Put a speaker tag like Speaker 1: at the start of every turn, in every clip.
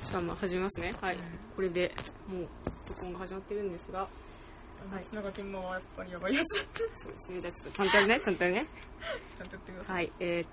Speaker 1: じゃあまあ始めますね。はい。これでもう録音が始まってるんですが、
Speaker 2: 松永健馬はやっぱりやばいやつだった。
Speaker 1: そうですね。じゃあちょっとちゃんとやるね。ちゃんとやるね。
Speaker 2: ちゃんとやってください。
Speaker 1: はい。
Speaker 2: 任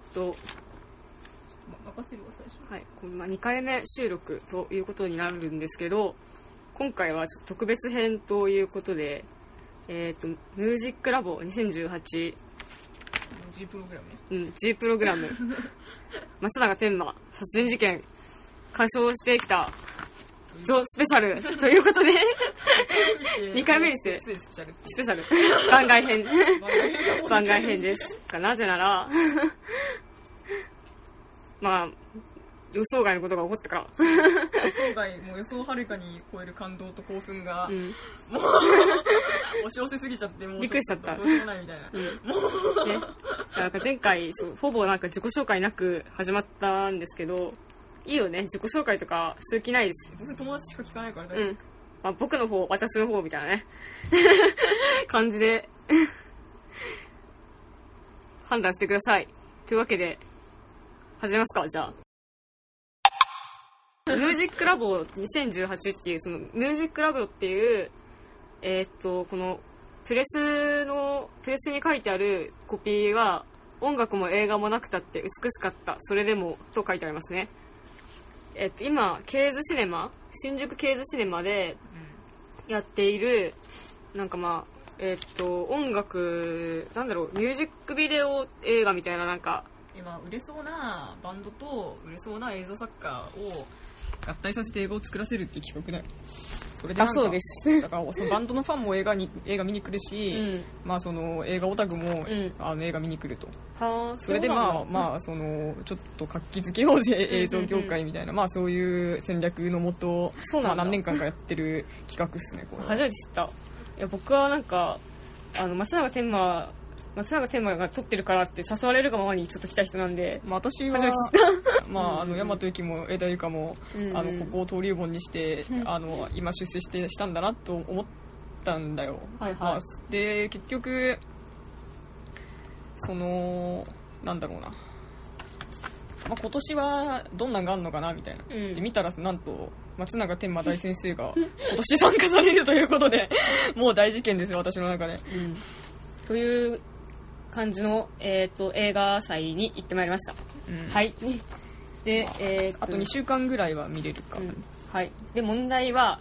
Speaker 2: せるわ最初。
Speaker 1: はい。2回目収録ということになるんですけど、今回はちょっと特別編ということで、ミュージックラボ2018
Speaker 2: G プログラムね。
Speaker 1: うん、G プログラム松永天馬殺人事件鑑賞してきたゾスペシャルということで2回目にしてスペシャル番外編番外編ですが、なぜならまあ予想外のことが起こったから
Speaker 2: 予想外、もう予想をはるかに超える感動と興奮が、もう押し寄せすぎちゃってもう
Speaker 1: びっくりしちゃった。
Speaker 2: どうしようもないみたいな、もう
Speaker 1: ね、なんか前回ほぼなんか自己紹介なく始まったんですけど、いいよね、自己紹介とかする気ないです。
Speaker 2: どうせ友達しか聞かないから
Speaker 1: ね。まあ、僕の方、私の方みたいなね感じで判断してください。というわけで始めますか。じゃあミュージックラボ2018っていう、そのミュージックラボっていう、このプレスに書いてあるコピーが、音楽も映画もなくたって美しかった、それでもと書いてありますね。今ケーズシネマ、新宿ケーズシネマでやっている、なんかまあ音楽なんだろう、ミュージックビデオ映画みたいな、なんか
Speaker 2: 今売れそうなバンドと売れそうな映像作家を合体させて映画を作らせるっていう企画だよ。それでなんか、
Speaker 1: そうです。
Speaker 2: だからそのバンドのファンも映画見に来るし、まあその映画オタクも、映画見に来ると。
Speaker 1: そ
Speaker 2: れでまあそのちょっと活気づけようぜ映像業界みたいな、まあそういう戦略のもと、まあ何年間かやってる企画っすね。これ
Speaker 1: 初めて知った。いや僕はなんか松永天馬が撮ってるからって誘われるがままにちょっと来た人なんで、
Speaker 2: まあ、私はまあ大和由紀も枝由香も、ここを登竜門にして、今出世したんだなと思ったんだよ。
Speaker 1: はいはい。
Speaker 2: まあ、で結局そのなんだろうな、まあ、今年はどんなんがあるのかなみたいな、で見たらなんと松永天馬大先生が今年参加されるということでもう大事件ですよ、私の中で。
Speaker 1: という感じの、映画祭に行ってまいりました。はい。で、
Speaker 2: あと2週間ぐらいは見れるか。
Speaker 1: はい。で、問題は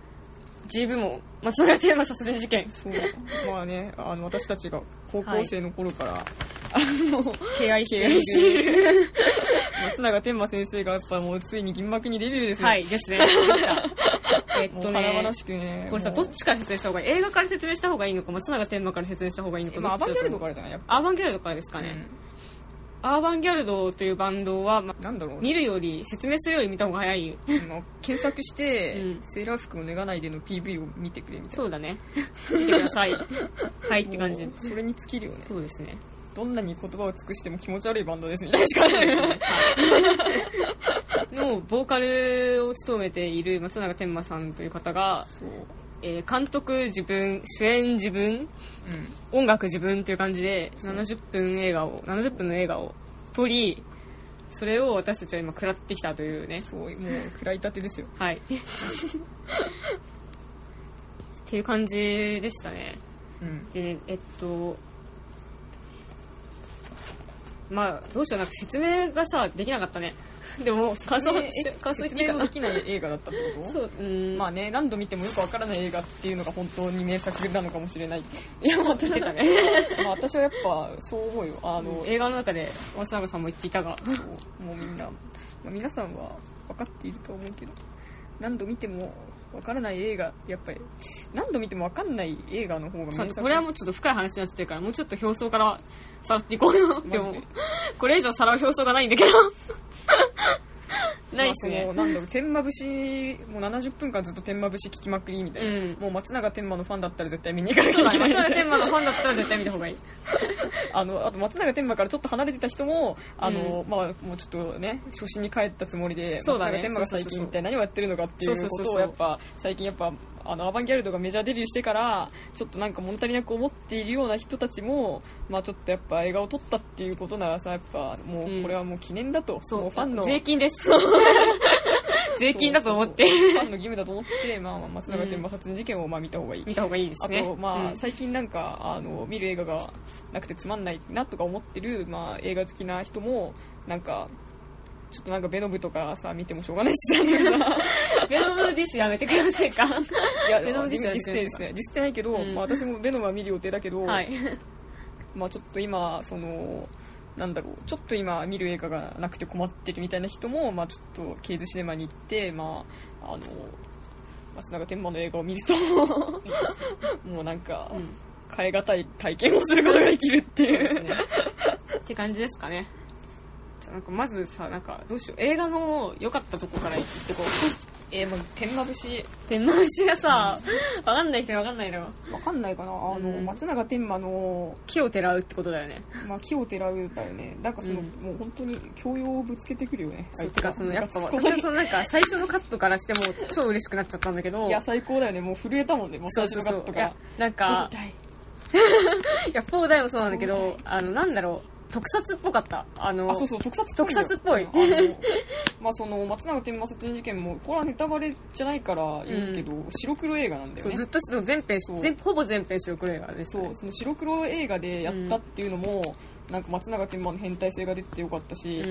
Speaker 1: G 部門松永天馬殺人事件。
Speaker 2: そう。まあね、私たちが高校生の頃から、
Speaker 1: 敬愛している
Speaker 2: 松永天馬先生がやっぱもうついに銀幕にデビューですよ。
Speaker 1: はいですね。
Speaker 2: 華々しくね。
Speaker 1: これさ、どっちから説明した方がいい？映画から説明した方がいいのか、松永天馬から説明した方がいいのか。
Speaker 2: まあ、アバンギャルドからじゃない？
Speaker 1: アバンギャルドからですかね。アーバンギャルドというバンドは、
Speaker 2: なんだろう、
Speaker 1: 見るより説明するより見た方が早い。
Speaker 2: 検索して、セーラー服を脱がないでの PV を見てくれみたいな。
Speaker 1: そうだね。見てください。はいって感じ。
Speaker 2: それに尽きるよね。
Speaker 1: そうですね。
Speaker 2: どんなに言葉を尽くしても気持ち悪いバンドですみたいなしかないですね。
Speaker 1: のボーカルを務めている松永天馬さんという方が、監督自分、主演自分、音楽自分という感じで70分の映画を撮り、それを私たちは今食らってきたというね。
Speaker 2: そう、もう食らいたてですよ。
Speaker 1: はい。っていう感じでしたね。で、まあどうしよう、なんか説明がさできなかったね。でも感想
Speaker 2: 説明のできない映画だったってこと？
Speaker 1: そう、
Speaker 2: まあね、何度見てもよくわからない映画っていうのが本当に名作なのかもしれない。
Speaker 1: いや、もう言ってたね。
Speaker 2: まあ私はやっぱそう思うよ。
Speaker 1: 映画の中で松永さんも言っていたが、
Speaker 2: もうみんな、皆さんは分かっていると思うけど、何度見ても分からない映画、やっぱり何度見ても分かんない映画の方が名作。
Speaker 1: これはもうちょっと深い話になってるから、もうちょっと表層からさらっていこうよ。でもこれ以上さらう表層がないんだけど。ないっすね。
Speaker 2: なんだろう、天馬節もう70分間ずっと天馬節聞きまくりみたいな、もう松永天馬のファンだったら絶対見に行かなきゃいけない。
Speaker 1: 松永天馬のファンだったら絶対見た方がいい。
Speaker 2: あと松永天馬からちょっと離れてた人もまあもうちょっとね、初心に帰ったつもりで、松永天馬が最近一体何をやってるのかっていうことをやっぱ最近やっぱアバンギャルドがメジャーデビューしてからちょっとなんか物足りなく思っているような人たちも、まあちょっとやっぱ映画を撮ったっていうことならさ、やっぱもうこれはもう記念だと、もうファンの
Speaker 1: 税金です。 税金だと思って。
Speaker 2: ファンの義務だと思って、まあ、松永天馬殺人事件をまあ見た方がいい。
Speaker 1: 見た方がいいですね。
Speaker 2: あと、まあ、最近なんか、見る映画がなくてつまんないなとか思ってる、まあ、映画好きな人も、なんか、ちょっとなんかベノブとかさ、見てもしょうがないしさ、
Speaker 1: ベノブディスやめてくださいか。
Speaker 2: いや、ベノブディスですね。ディスってないけど、まあ私もベノブは見る予定だけど、
Speaker 1: はい、
Speaker 2: まあちょっと今、なんだろう、ちょっと今見る映画がなくて困ってるみたいな人も、まあちょっとケイズシネマに行って、まあ、松永天馬の映画を見ると、もうなんか、変え難い体験をすることができるっていう。そうですね。
Speaker 1: って感じですかね。なんかまずさ、なんかどうしよう、映画の良かったとこから言ってこう。
Speaker 2: もう天馬節
Speaker 1: がさ、わかんない人にわかんないのよ。
Speaker 2: わかんないかな。松永天馬の
Speaker 1: 木をてらうってことだよね。
Speaker 2: まあ木をてらうだよね。なんかもう本当に教養をぶつけてくるよね。
Speaker 1: そうてかやっぱ私はなんか最初のカットからしても超嬉しくなっちゃったんだけど。
Speaker 2: いや最高だよね。もう震えたもんね。もう最初のカットから。
Speaker 1: なんかいや4代もそうなんだけど、なんだろう。特撮っぽかった。
Speaker 2: そう、特撮っぽい。まあ松永天馬殺人事件も、これはネタバレじゃないからいいけど、白黒映画なんだよね。
Speaker 1: ずっとほぼ全編白黒映画でしたね。
Speaker 2: そう、その白黒映画でやったっていうのも、なんか松永天馬の変態性が出ててよかったし、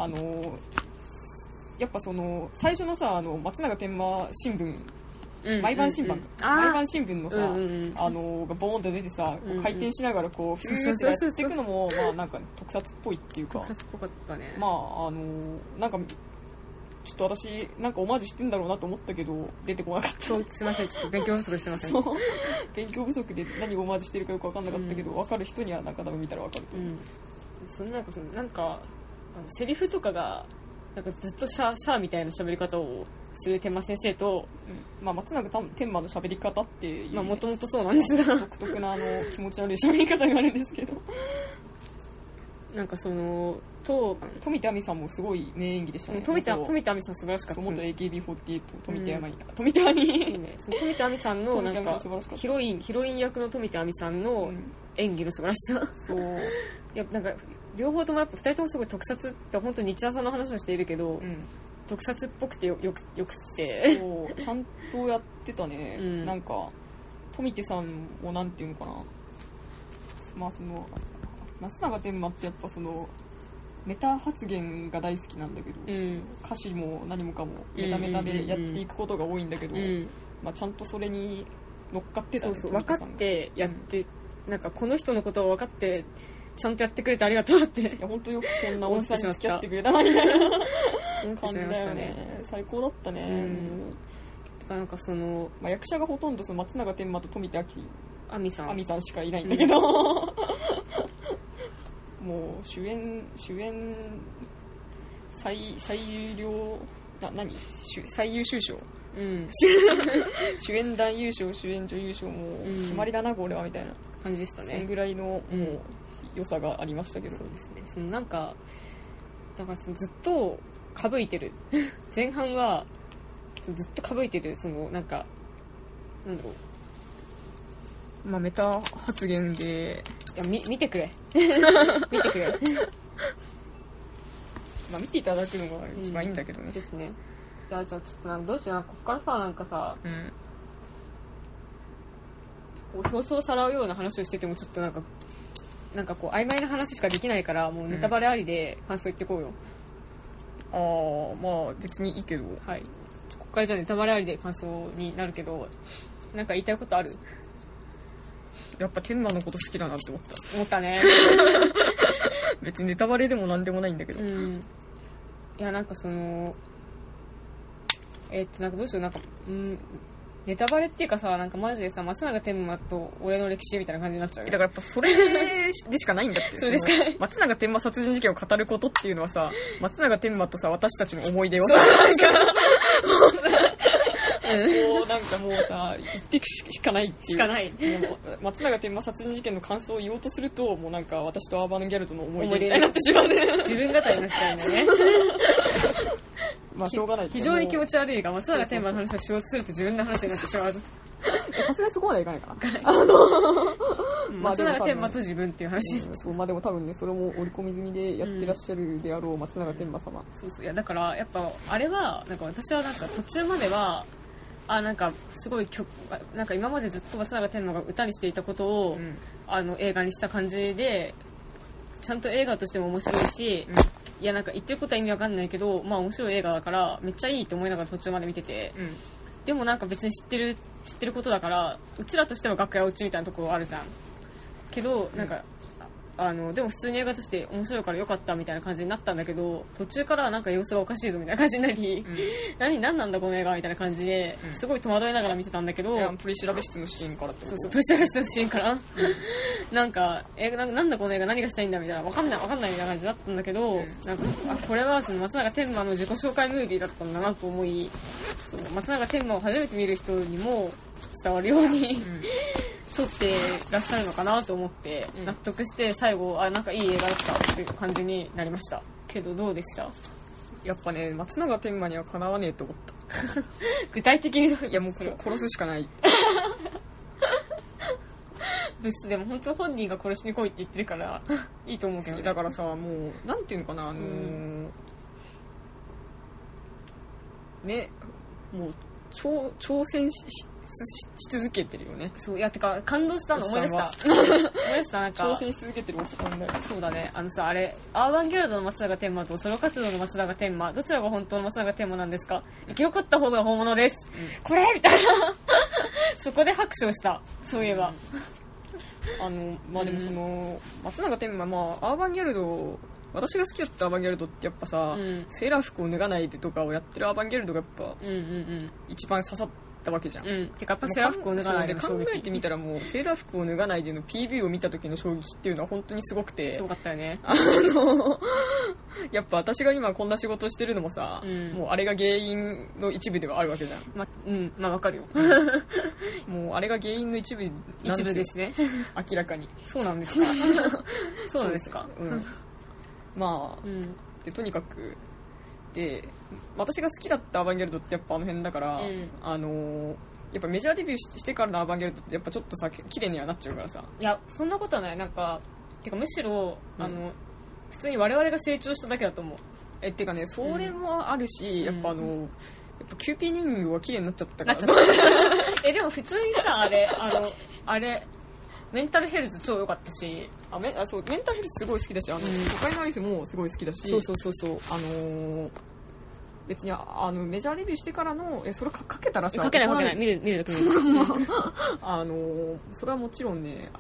Speaker 2: やっぱ最初のさ、松永天馬新聞、毎晩新聞のさ、がボーンと出てさ、回転しながらこう、フーってやっていくのも、まあなんか特撮っぽいっていうか。
Speaker 1: 特撮っぽかったね。
Speaker 2: まあなんか、ちょっと私、なんかオマージュしてんだろうなと思ったけど、出てこなかった。
Speaker 1: そう、すいません、ちょっと勉強不足してません。
Speaker 2: そう。勉強不足で何をオマージュしてるかよくわかんなかったけど、わかる人にはなんか多分見たらわかると思う。
Speaker 1: なんか、セリフとかが、なんかずっとシャーみたいな喋り方をする天馬先生と、
Speaker 2: まあ松永天馬の喋り方っていう、
Speaker 1: まあもともとそうなんですが、
Speaker 2: 独特な気持ち悪い喋り方があるんですけど、
Speaker 1: なんか富
Speaker 2: 田亜美さんもすごい名演技でしたね。
Speaker 1: 富田亜美さん素晴らしかった。
Speaker 2: 元 AKB48 富田亜美、
Speaker 1: 富田亜美さんのなんかヒロイン役の富田亜美さんの演技の素晴らしさ。
Speaker 2: そう。
Speaker 1: いやなんか両方ともやっぱ2人ともすごい特撮って本当に日朝の話をしているけど、特撮っぽくてよくて、
Speaker 2: そうちゃんとやってたね。なんか富手さんもなんていうのかな、まあ松永天馬ってやっぱメタ発言が大好きなんだけど、歌詞も何もかもメタメタでやっていくことが多いんだけど、まあちゃんとそれに乗っかってたね。
Speaker 1: 分かってやって、なんかこの人のことを分かってちゃんとやってくれてありがとうって。い
Speaker 2: や本当よくこんなおじさんに付き合ってくれたなみたいな感じだよね。最高だったね。
Speaker 1: なんか
Speaker 2: まあ、役者がほとんど松永天馬と富田
Speaker 1: 亜美さん
Speaker 2: しかいないんだけど、もう主演最優秀賞、主演男優賞、主演女優賞も決まりだなこれはみたいな
Speaker 1: 感じでしたね。
Speaker 2: そんぐらいのもう良さがありましたけど。
Speaker 1: そうですね。なんかだからずっとかぶいてる前半はずっとかぶいてるなんかなんだろう、
Speaker 2: まあメタ発言で、
Speaker 1: いや見てくれ見てくれ
Speaker 2: まあ見ていただくのが一番いいんだけどね。
Speaker 1: ですね。じゃあちょっとどうしような、こっからさなんかさ、競争をさらうような話をしててもちょっとなんかこう曖昧な話しかできないから、もうネタバレありで感想言ってこうよ。
Speaker 2: まあ別にいいけど、
Speaker 1: はい。こっからじゃあネタバレありで感想になるけど、なんか言いたいことある？
Speaker 2: やっぱ天馬のこと好きだなって
Speaker 1: 思ったね。
Speaker 2: 別にネタバレでもなんでもないんだけど。
Speaker 1: いやなんかなんかどうしよう、なんかネタバレっていうかさ、なんかマジでさ、松永天馬と俺の歴史みたいな感じになっちゃうよ。
Speaker 2: だからやっぱそれでしかないんだって。
Speaker 1: そうですか。
Speaker 2: 松永天馬殺人事件を語ることっていうのはさ、松永天馬とさ、私たちの思い出をさ、もうなんかもうさ、言っていくしかないっていう。
Speaker 1: しかない。
Speaker 2: 松永天馬殺人事件の感想を言おうとすると、もうなんか私とアーバンギャルドの思い出みたいになってしまうね。
Speaker 1: 自分語りになっちゃうんだよね。
Speaker 2: まあしょうがない。
Speaker 1: 非常に気持ち悪いが、松永天馬の話をしようとすると自分の話になってしまう。
Speaker 2: さすがにそこまではいかないかな。
Speaker 1: 松永天馬と自分っていう話。
Speaker 2: そう、まあでも多分ね、それも織り込み済みでやってらっしゃるであろう松永天馬様。
Speaker 1: そうそう。いや、だから、やっぱ、あれは、なんか私はなんか途中までは、なんか、すごいなんか今までずっと松永天馬が歌にしていたことを、映画にした感じで、ちゃんと映画としても面白いし、いやなんか言ってることは意味わかんないけど、まあ面白い映画だから、めっちゃいいと思いながら途中まで見てて、でもなんか別に知ってることだから、うちらとしては楽屋落ちみたいなところあるじゃん。けど、なんか、でも普通に映画として面白いから良かったみたいな感じになったんだけど、途中からなんか様子がおかしいぞみたいな感じになり、何なんだこの映画みたいな感じで、すごい戸惑いながら見てたんだけど、
Speaker 2: 取り調べ室のシーンからってこと？
Speaker 1: そうそう、取り調べ室のシーンから、なんか、なんだこの映画何がしたいんだみたいな、わかんないみたいな感じだったんだけど、なんか、これはその松永天馬の自己紹介ムービーだったんだなと思い、その松永天馬を初めて見る人にも伝わるように、撮ってらっしゃるのかなと思って納得して最後なんかいい映画だったっていう感じになりましたけど、どうでした？
Speaker 2: やっぱね、松永天馬にはかなわねえと思った
Speaker 1: 具体的にどういう？
Speaker 2: いやもう殺すしかない
Speaker 1: でも本当本人が殺しに来いって言ってるからいいと思うけど、ね、
Speaker 2: だからさ、もうなんていうのかな、ね、もう挑戦し続けてるよね。
Speaker 1: そう、いや、てか、感動したの思い出した、なんか。
Speaker 2: 挑戦し続けてるおっさんだよ。
Speaker 1: そうだね。あれ、アーバンギャルドの松永天馬とソロ活動の松永天馬、どちらが本当の松永天馬なんですか？生き残った方が本物です。これみたいな。そこで拍手をした。そういえば。
Speaker 2: まあでもその、松永天馬、まあ、アーバンギャルド、私が好きだったアーバンギャルドってやっぱさ、セーラー服を脱がないでとかをやってるアーバンギャルドがやっぱ、一番刺さったわけじゃん。
Speaker 1: てかやっぱセーラー服を脱がないで
Speaker 2: 考えてみたらもう、セーラー服を脱がないでの PV を見た時の衝撃っていうのは本当にすごくて。
Speaker 1: すごかったよね。
Speaker 2: やっぱ私が今こんな仕事してるのもさ、もうあれが原因の一部ではあるわけじゃん。
Speaker 1: まあわかるよ。
Speaker 2: もうあれが原因の一部
Speaker 1: ですね。
Speaker 2: 明らかに。
Speaker 1: そうなんですか。そうなんですか。
Speaker 2: まあ、でとにかくで私が好きだったアバンギャルドってやっぱあの辺だから、やっぱメジャーデビューしてからのアバンギャルドってやっぱちょっとさ綺麗にはなっちゃうからさ。
Speaker 1: いやそんなことはない。なんかてかむしろ普通に我々が成長しただけだと思う。
Speaker 2: てかね、それもあるし、やっぱキューピー人形は綺麗になっちゃったから。
Speaker 1: でも普通にさあれメンタルヘルズ超良かったし、
Speaker 2: そうメンタルヘルズすごい好きだし、都会のアリスもすごい好きだし、
Speaker 1: そう
Speaker 2: 別にメジャーデビューしてからのそれかけたらさ、
Speaker 1: かけない見るだけ見る
Speaker 2: それはもちろんね、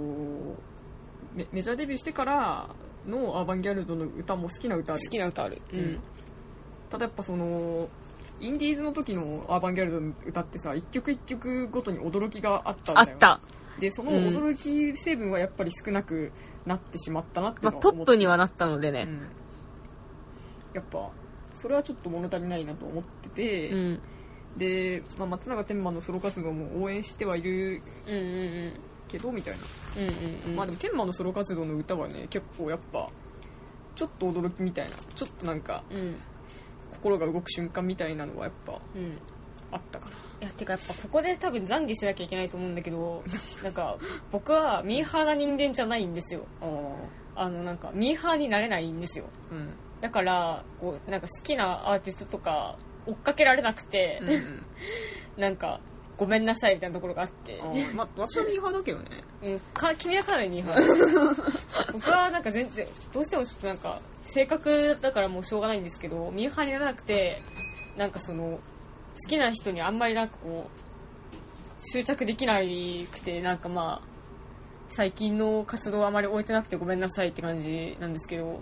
Speaker 2: メジャーデビューしてからのアーバンギャルドの歌も好きな歌ある。ただやっぱそのインディーズの時のアーバンギャルドの歌ってさ、一曲一曲ごとに驚きがあったんだよ。
Speaker 1: あった。
Speaker 2: でその驚き成分はやっぱり少なくなってしまったなってのは
Speaker 1: ポップにはなったのでね、
Speaker 2: やっぱそれはちょっと物足りないなと思ってて、で、松永天馬のソロ活動も応援してはいるけどみたいな、まあでも天馬のソロ活動の歌はね、結構やっぱちょっと驚きみたいな、ちょっとなんか、心が動く瞬間みたいなのはやっぱ、あったかな。
Speaker 1: いやてかやっぱここで多分懺悔しなきゃいけないと思うんだけどなんか僕はミーハーな人間じゃないんですよ。なんかミーハーになれないんですよ、だからこうなんか好きなアーティストとか追っかけられなくて、なんかごめんなさいみたいなところがあって、
Speaker 2: 私はミーハーだけどね。
Speaker 1: 君はかなりミーハー僕はなんか全然どうしてもちょっとなんか性格だからもうしょうがないんですけど、ミーハーにならなくて、なんかその好きな人にあんまりなんかこう執着できなくて、なんかまあ最近の活動はあまり終えてなくてごめんなさいって感じなんですけど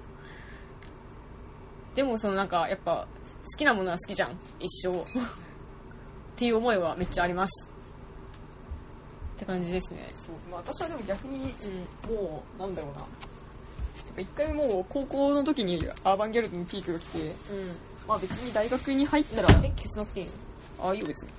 Speaker 1: でもそのなんかやっぱ好きなものは好きじゃん一生っていう思いはめっちゃありますって感じですね。
Speaker 2: そう、私はでも逆に、もうなんだろうな、一回もう高校の時にアーバンギャルドのピークが来て、別に大学に入ったら
Speaker 1: 消さなくていいの？
Speaker 2: いいよ別に。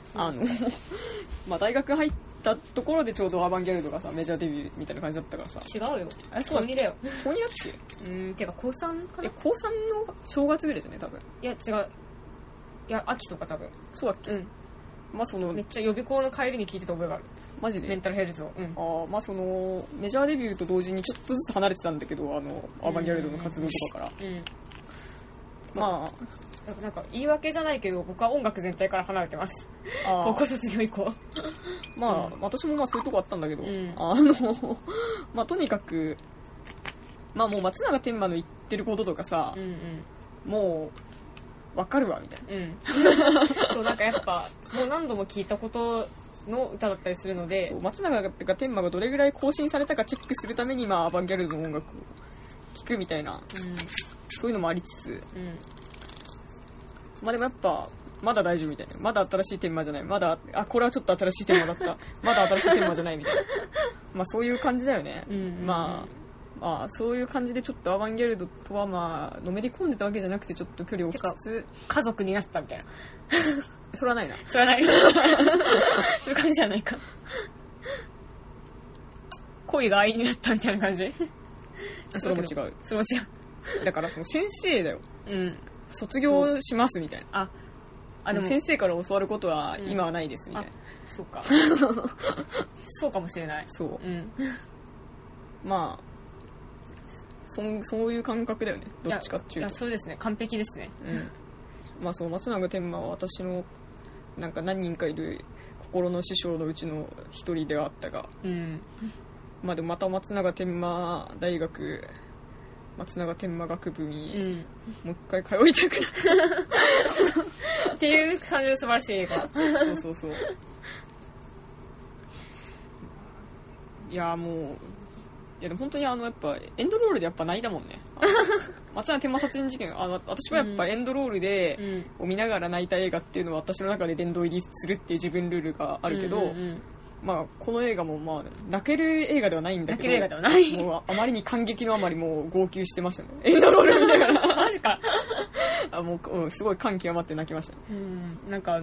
Speaker 2: 大学入ったところでちょうどアーバンギャルドがさメジャーデビューみたいな感じだったからさ。
Speaker 1: 違うよ。そうだよ。
Speaker 2: 高2だっけ？
Speaker 1: てか高3かな？
Speaker 2: 高3の正月ぐらいじゃね多分。
Speaker 1: いや違う。いや秋とか多分。
Speaker 2: そうだっけ？ まあその
Speaker 1: めっちゃ予備校の帰りに聞いてた覚えがある。
Speaker 2: マジで
Speaker 1: メンタルヘルスを。
Speaker 2: まあそのメジャーデビューと同時にちょっとずつ離れてたんだけど、アバンギャルドの活動とかから、まあ
Speaker 1: なんか言い訳じゃないけど、僕は音楽全体から離れてます。高校卒業以降。
Speaker 2: まあ、私もまあそういうとこあったんだけど、まあとにかく、まあもう松永天馬の言ってることとかさ、もう、わかるわ、みたい
Speaker 1: な。そう、なんかやっぱ、もう何度も聞いたことの歌だったりするので、
Speaker 2: 松永が天馬がどれぐらい更新されたかチェックするために、まあアバンギャルドの音楽を聴くみたいな、そういうのもありつつ、まあでもやっぱ、まだ大丈夫みたいな。まだ新しいテーマじゃない。まだ、これはちょっと新しいテーマだった。まだ新しいテーマじゃないみたいな。まあそういう感じだよね。まあ、そういう感じでちょっとアバンギャルドとはまあ、のめり込んでたわけじゃなくてちょっと距離を置きつつ。
Speaker 1: 家族になったみたいな。
Speaker 2: それはないな。
Speaker 1: それはないな。そういう感じじゃないか。恋が愛になったみたいな感じ。
Speaker 2: それも違う。
Speaker 1: それも違
Speaker 2: う。だからその先生だよ。卒業しますみたいな。でも先生から教わることは今はないですみたいな。
Speaker 1: そうか。そうかもしれない。
Speaker 2: そう。まあ、そういう感覚だよね。どっちかっていうと。
Speaker 1: いや、そうですね。完璧ですね。
Speaker 2: まあそう、松永天馬は私のなんか何人かいる心の師匠のうちの一人ではあったが、まあでもまた松永天馬大学、松永天馬学部に、もう一回通いたくなる
Speaker 1: っていう感じの素晴らしい映画。
Speaker 2: そういやもういやでも本当にやっぱエンドロールでやっぱ泣いたもんね。松永天馬殺人事件、私はやっぱエンドロールで、を見ながら泣いた映画っていうのは私の中で殿堂入りするっていう自分ルールがあるけど、まあ、この映画もまあ泣ける映画ではないんだけど、
Speaker 1: 泣ける映画ではない。
Speaker 2: もうあまりに感激のあまりもう号泣してましたね。エンドロール見ながら。
Speaker 1: マジか。
Speaker 2: もう、すごい感極まって泣きましたね。
Speaker 1: なんか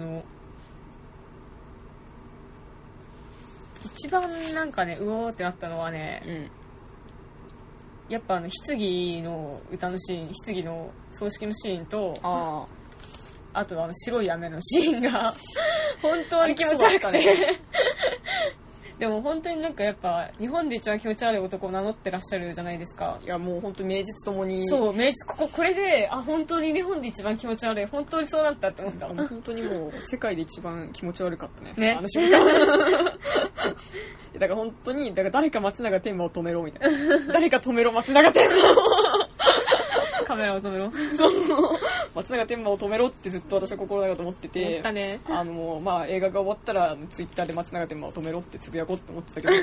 Speaker 1: 一番なんかね、うおーってなったのはね、やっぱ棺の歌のシーン、棺の葬式のシーンと、あと白い雨のシーンが本当に気持ち悪くてでも本当になんかやっぱ日本で一番気持ち悪い男を名乗ってらっしゃるじゃないですか。
Speaker 2: いやもう本当に名実ともに、
Speaker 1: そう名実、これで本当に日本で一番気持ち悪い、本当にそうなったって思った。
Speaker 2: 本当にもう世界で一番気持ち悪かったね、
Speaker 1: あ
Speaker 2: の瞬間だから本当に誰か松永天馬を止めろみたいな誰か止めろ松永天馬を
Speaker 1: カメラを止めろ
Speaker 2: 松永天馬を止めろってずっと私は心の中と思ってて、
Speaker 1: 思ったね。
Speaker 2: まあ映画が終わったらツイッターで松永天馬を止めろってつぶやこうって思ってたけどい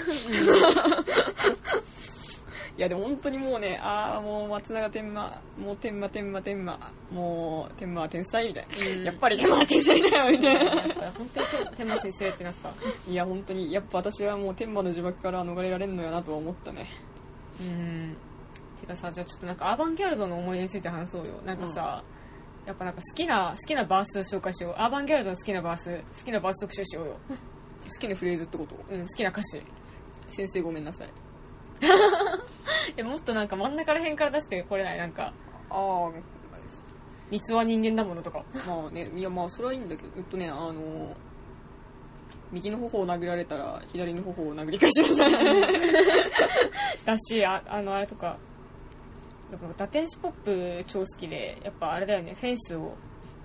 Speaker 2: やでも本当にもうね、もう松永天馬、もう天馬、もう天馬は天才みたいな、やっぱり天馬は天才だよみたいな
Speaker 1: 本当に天馬先生ってなった。
Speaker 2: いや本当にやっぱ私はもう天馬の呪縛から逃れられんのやなとは思ったね。
Speaker 1: てかさ、じゃあちょっとなんかアバンギャルドの思い出について話そうよ。なんかさ、やっぱなんか好きなバース紹介しよう。アバンギャルドの好きなバース特集しようよ。
Speaker 2: 好きなフレーズってこと？
Speaker 1: 好きな歌詞。
Speaker 2: 先生ごめんなさい。
Speaker 1: もっとなんか真ん中ら辺から出してこれない？なんか三つは人間だものとか。
Speaker 2: まあね、いやまあそれはいいんだけど、右の頬を殴られたら左の頬を殴り返しなさい
Speaker 1: だし、あれとか打天使ポップ超好きで、やっぱあれだよね、フェンスを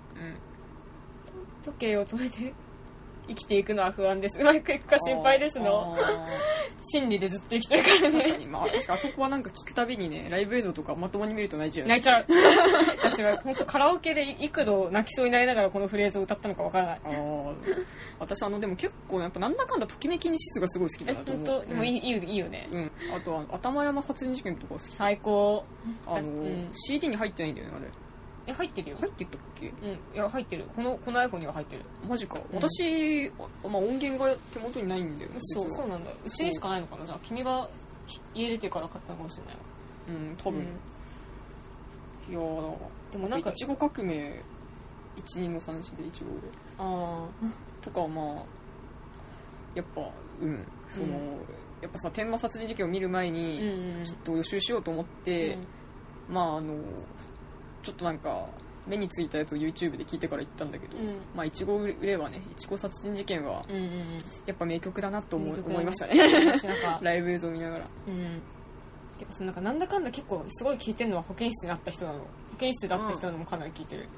Speaker 1: 時計を止めて生きていくのは不安です、うまくいくか心配ですの心理でずっと生きてるからね。
Speaker 2: 確かに、まあ確かあそこはなんか聞くたびにね、ライブ映像とかまともに見ると泣いちゃうよね。
Speaker 1: 泣いちゃう私は本当カラオケで幾度泣きそうになりながらこのフレーズを歌ったのかわからない。
Speaker 2: 私でも結構やっぱなんだかんだときめきにシスがすごい好きだなと思う。
Speaker 1: 本当でもいいよね。
Speaker 2: あとは頭山殺人事件とか好き。
Speaker 1: 最高。
Speaker 2: CD に入ってないんだよねあれ。
Speaker 1: 入ってるよ。
Speaker 2: 入ってたっけ？
Speaker 1: いや入ってる。この iPhone には入ってる。
Speaker 2: マジか。私、まあ音源が手元にないんだよね。
Speaker 1: そうなんだ。うちにしかないのかな。じゃあ君が家出てから買ったのかもしれないわ。
Speaker 2: 多分。いや
Speaker 1: でもなんか
Speaker 2: いちご革命12の3子でいちごで。とかまあやっぱやっぱさ天馬殺人事件を見る前にちょっと予習しようと思って、まあちょっとなんか目についたやつを YouTube で聞いてから行ったんだけど、まあいちご売れはね、いちご殺人事件はやっぱ名曲だなと思いましたね。ライブ映像見ながら。
Speaker 1: てかなんかなんだかんだ結構すごい聞いてるのは保健室になった人なの。保健室だった人なのもかなり聞いてる。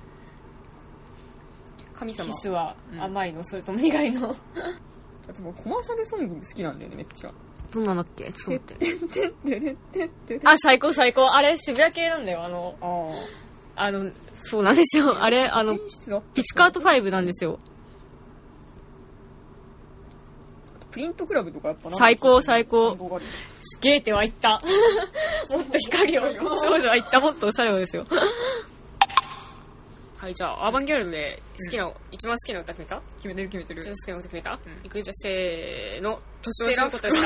Speaker 2: 神様。
Speaker 1: キスは甘いの、それとも苦いの。
Speaker 2: コマーシャルソング好きなんだよね、めっちゃ。
Speaker 1: どんなのっけ？ちょっと待って。あ、最高最高。あれ、渋谷系なんだよ。そうなんですよ。あれ、ピチカート5なんですよ。
Speaker 2: プリントクラブとかやっぱ
Speaker 1: 最高最高。すげーっては言った。もっと光を。少女は言った。もっとおしゃれをですよ。はい、じゃあ、アーバンギャルドで一番好きな歌決めた？
Speaker 2: 決めてる。
Speaker 1: 一番好きな歌決めた？いく？じゃあ、せーの。年を知ることですか？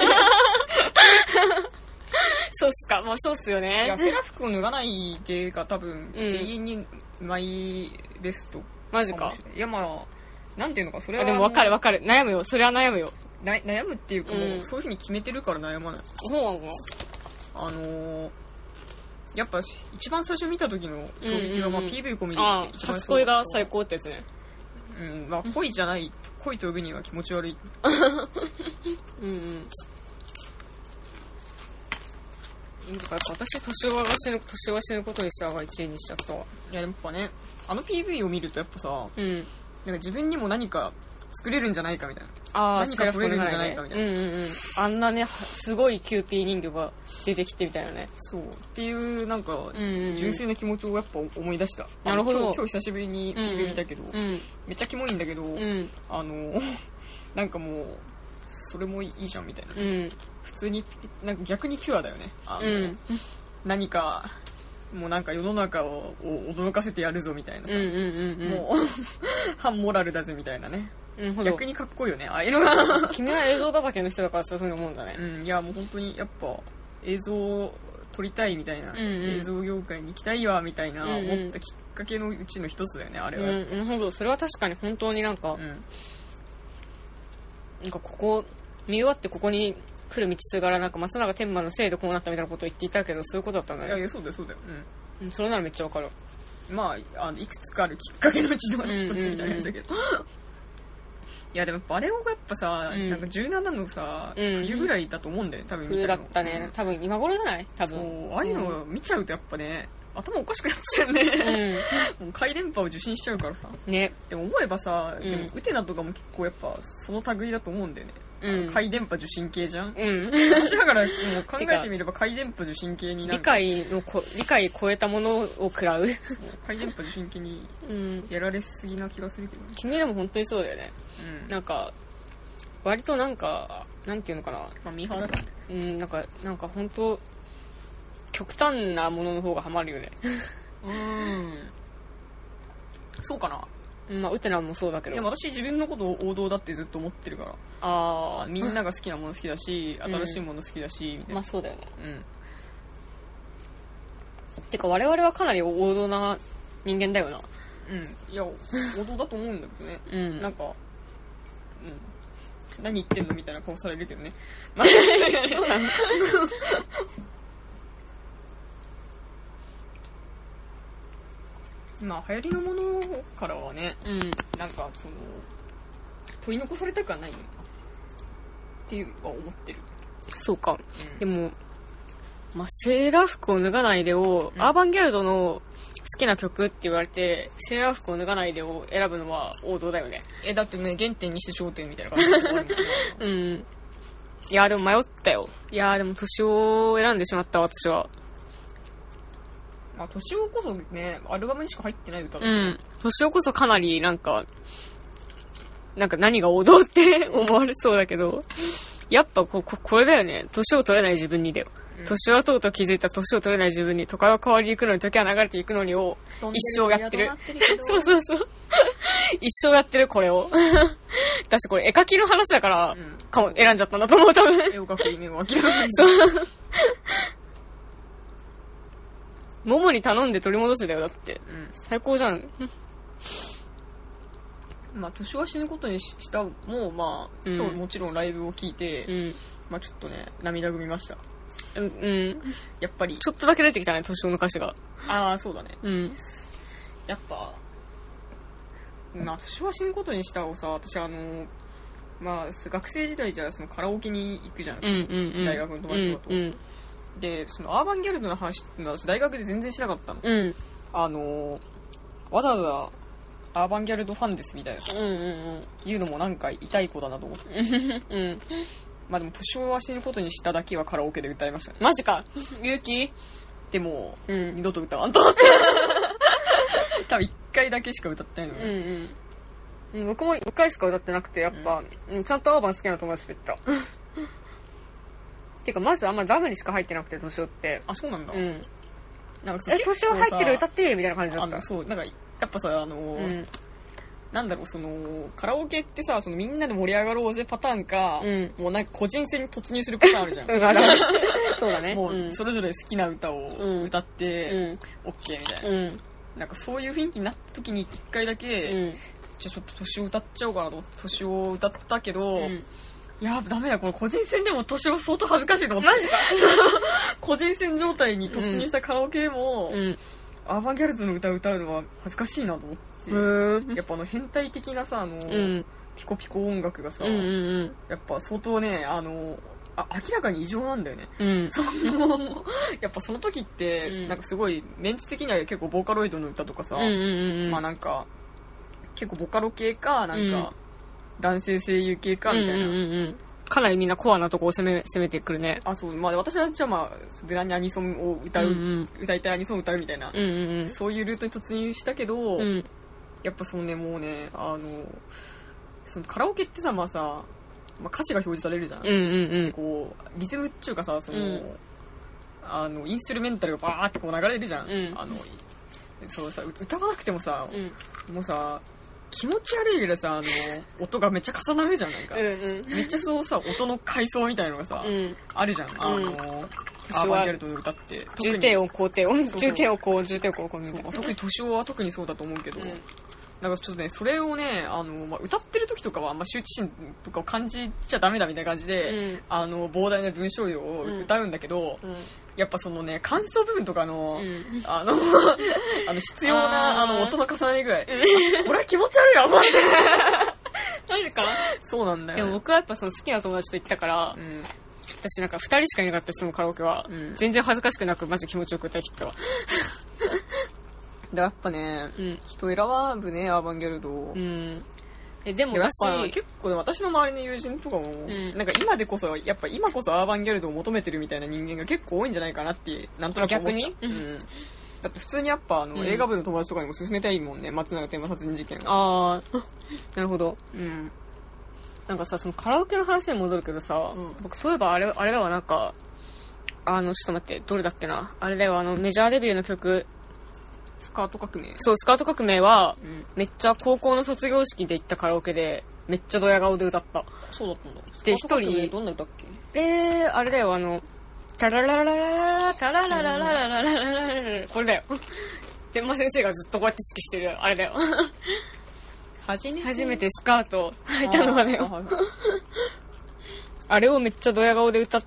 Speaker 1: そうっすか。まあそうっすよね。
Speaker 2: いや、セーラー服を脱がない系が多分、永遠にマイベスト。
Speaker 1: マジか。
Speaker 2: いや、まあ、なんていうのか、それは。
Speaker 1: でも分かる。悩むよ。それは悩むよ。
Speaker 2: 悩むっていうか、もう、そういう風に決めてるから悩まない。
Speaker 1: そうなの？
Speaker 2: やっぱ、一番最初見た時の衝撃は、まあ、PV 込みで。
Speaker 1: 初恋が最高ってやつね。
Speaker 2: まあ、恋じゃない。恋と呼ぶには気持ち悪い。
Speaker 1: 私、年は死ぬことにしたが1位にしちゃったわ。
Speaker 2: いや、やっぱね、あの PV を見るとやっぱさ、なんか自分にも何か作れるんじゃないかみたいな。何か取れるんじゃないかみたいな。
Speaker 1: あんなね、すごいキューピー人形が出てきてみたいなね。
Speaker 2: そう。っていう、なんか、純粋な気持ちをやっぱ思い出した。
Speaker 1: なるほど。
Speaker 2: 今日久しぶりに PV 見たけど、めっちゃキモいんだけど、なんかもう、それもいいじゃんみたいな。普通に、なんか逆にピュアだよね。何か、もうなんか世の中を驚かせてやるぞみたいなさ。もう、反モラルだぜみたいなね。逆にかっこいいよね、ああいうのが。
Speaker 1: 君は映像畑の人だからそういう風に思うんだね。
Speaker 2: いやもう本当にやっぱ映像を撮りたいみたいな、映像業界に行きたいわみたいな思ったきっかけのうちの一つだよね、あれは。
Speaker 1: なるほど、それは確かに本当になんか、なんかここ、見終わってここに来る道すがらなんか松永天馬のせいでこうなったみたいなことを言っていたけど、そういうことだったんだね。
Speaker 2: いや、そうだよ、そうだよ。
Speaker 1: それならめっちゃわかる。
Speaker 2: まあ、いくつかあるきっかけのうちの一つみたいなやつだけど。いやでもやっぱあれをやっぱさ、なんか17のさ、冬ぐらいだと思うんだよ、多分見たの。
Speaker 1: 冬だったね。多分今頃じゃない？多分。
Speaker 2: そう、ああいうの見ちゃうとやっぱね、頭おかしくなっちゃうね。もう回電波を受信しちゃうからさ。
Speaker 1: ね。
Speaker 2: でも思えばさ、でもウテナとかも結構やっぱその類だと思うんだよね。回電波受信系じゃん。私だからもう考えてみれば回電波受信系になる。
Speaker 1: 理解超えたものを食らう。
Speaker 2: 回電波受信系にやられすぎな気がするけどね。
Speaker 1: 君でも本当にそうだよね。なんか、割となんか、なんていうのかな。
Speaker 2: まあミーハーだからね。
Speaker 1: なんか本当、極端なものの方がハマるよね。
Speaker 2: そうかな。
Speaker 1: まあ、ウテナもそうだけど。
Speaker 2: でも私自分のことを王道だってずっと思ってるから。みんなが好きなもの好きだし、新しいもの好きだし、みたいな。
Speaker 1: まあそうだよね。てか我々はかなり王道な人間だよな。
Speaker 2: いや、王道だと思うんだけどね。なんか、何言ってんのみたいな顔されるけどね。
Speaker 1: そうなの
Speaker 2: まあ流行りのものからはね、なんかその取り残されたくはないっていうは思ってる。
Speaker 1: そうか。でも、まあ、セーラー服を脱がないでを、アーバンギャルドの好きな曲って言われて、セーラー服を脱がないでを選ぶのは王道だよね。
Speaker 2: だってね、原点にして頂点みたいな感じで終わる
Speaker 1: んだいや、でも迷ったよ。いや、でも年を選んでしまった、私は。
Speaker 2: 年をこそね、アルバムにしか入ってない歌だ
Speaker 1: ね。年をこそかなりなんか何が王道って思われそうだけど、やっぱこれだよね。年を取れない自分にだよ。年はとうとう気づいた年を取れない自分に、都会は変わりゆくのに、時は流れていくのにを一生やってる。そうそうそう。一生やってる、これを。私これ絵描きの話だから、選んじゃったんだと思う、多分。
Speaker 2: 絵を描く意味を諦めない。
Speaker 1: そう。ももに頼んで取り戻せだよ、だって。最高じゃん。
Speaker 2: まあ、年は死ぬことにしたも、まあ、今日もちろんライブを聞いて、まあちょっとね、涙ぐみました。やっぱり。
Speaker 1: ちょっとだけ出てきたね、年をの歌詞が。
Speaker 2: そうだね。 やっぱ、まあ、年は死ぬことにしたをさ、私まあ、学生時代じゃそのカラオケに行くじゃん。大学の友達とかと。で、そのアーバンギャルドの話ってのは私大学で全然しなかったの。わざわざアーバンギャルドファンですみたいなさ、言うのもなんか痛い子だなと思って。まあでも年は死ぬことにしただけはカラオケで歌いましたね。
Speaker 1: マジか。勇気
Speaker 2: でも、二度と歌わんと思って。多分1回だけしか歌ってないの。
Speaker 1: 僕も1回しか歌ってなくて、やっぱ、ちゃんとアーバン好きな友達と言った。てか、まずあんまダムにしか入ってなくて、年をって。
Speaker 2: あ、そうなんだ。
Speaker 1: なんか年を入ってる歌ってみたいな感じだった。
Speaker 2: そう、なんか、やっぱさ、なんだろう、カラオケってさ、みんなで盛り上がろうぜパターンか、もうなんか個人戦に突入するパターンあるじゃん。
Speaker 1: そうだね。
Speaker 2: もう、それぞれ好きな歌を歌って、オッケーみたいな。なんかそういう雰囲気になった時に一回だけ、じゃあちょっと年を歌っちゃおうかなと思って、年を歌ったけど、いや、ダメだ、この個人戦でも年を相当恥ずかしいと思って。
Speaker 1: マジか
Speaker 2: 個人戦状態に突入したカラオケでも、アーバンギャルズの歌を歌うのは恥ずかしいなと思って、やっぱ変態的なさ、ピコピコ音楽がさ、やっぱ相当ね、明らかに異常なんだよね。やっぱその時って、なんかすごい、メンツ的には結構ボーカロイドの歌とかさ、まあなんか、結構ボカロ系か、なんか、男性声優系か、みたいな。
Speaker 1: かなりみんなコアなとこを攻めてくるね。
Speaker 2: あ、そう。まあ私はじゃあまあ、無難にアニソンを歌いたいアニソンを歌うみたいな、そういうルートに突入したけど、やっぱもうね、そのカラオケってさ、まあさ、まあ、歌詞が表示されるじゃん。こう、リズムっていうかさ、インストゥルメンタルがバーってこう流れるじゃん。そうさ、歌わなくてもさ、もうさ、気持ち悪いぐらいさ、音がめっちゃ重なるじゃん、なんか。めっちゃそうさ、音の階層みたいなのがさ、あるじゃん。アーバンギャルドの歌って。
Speaker 1: 重低音、高低音、重低音、高音、重低音、高音みたいな。
Speaker 2: 特に年をは特にそうだと思うけど、なんかちょっとね、それをね、まあ、歌ってる時とかは、まあ、羞恥心とかを感じちゃダメだみたいな感じで、膨大な文章量を歌うんだけど、やっぱ感想部分とかの、必要な、音の重ね具合。これは気持ち悪いわ、マジで。
Speaker 1: マジか
Speaker 2: そうなんだよ。
Speaker 1: でも僕はやっぱ好きな友達と行ったから、私なんか2人しかいなかった人のカラオケは、全然恥ずかしくなく、マジ気持ちよく歌い切ったわ。
Speaker 2: やっぱね、人選ぶね、アーバンギャルド。
Speaker 1: でも
Speaker 2: 結構私の周りの友人とかも、なんか今こそアーバンギャルドを求めてるみたいな人間が結構多いんじゃないかなって、なんとなく思った。
Speaker 1: 逆に
Speaker 2: だって普通にやっぱ映画部の友達とかにも勧めたいもんね、松永天馬殺人事件
Speaker 1: は。あー、なるほど。なんかさ、そのカラオケの話に戻るけどさ、僕そういえばあれだわ、なんか、ちょっと待って、どれだっけな。あれだよ、メジャーデビューの曲、
Speaker 2: スカート革命。
Speaker 1: そう、スカート革命は、めっちゃ高校の卒業式で行ったカラオケで、めっちゃドヤ顔で歌った。
Speaker 2: そうだったんだ。
Speaker 1: で、一人、
Speaker 2: どんな歌っけ？
Speaker 1: あれだよ、タララララララタララララララララこれだよ。天馬先生がずっとこうやって指揮してる、あれだよ。初めてスカート履いたのはだよ。あれをめっちゃドヤ顔で歌って、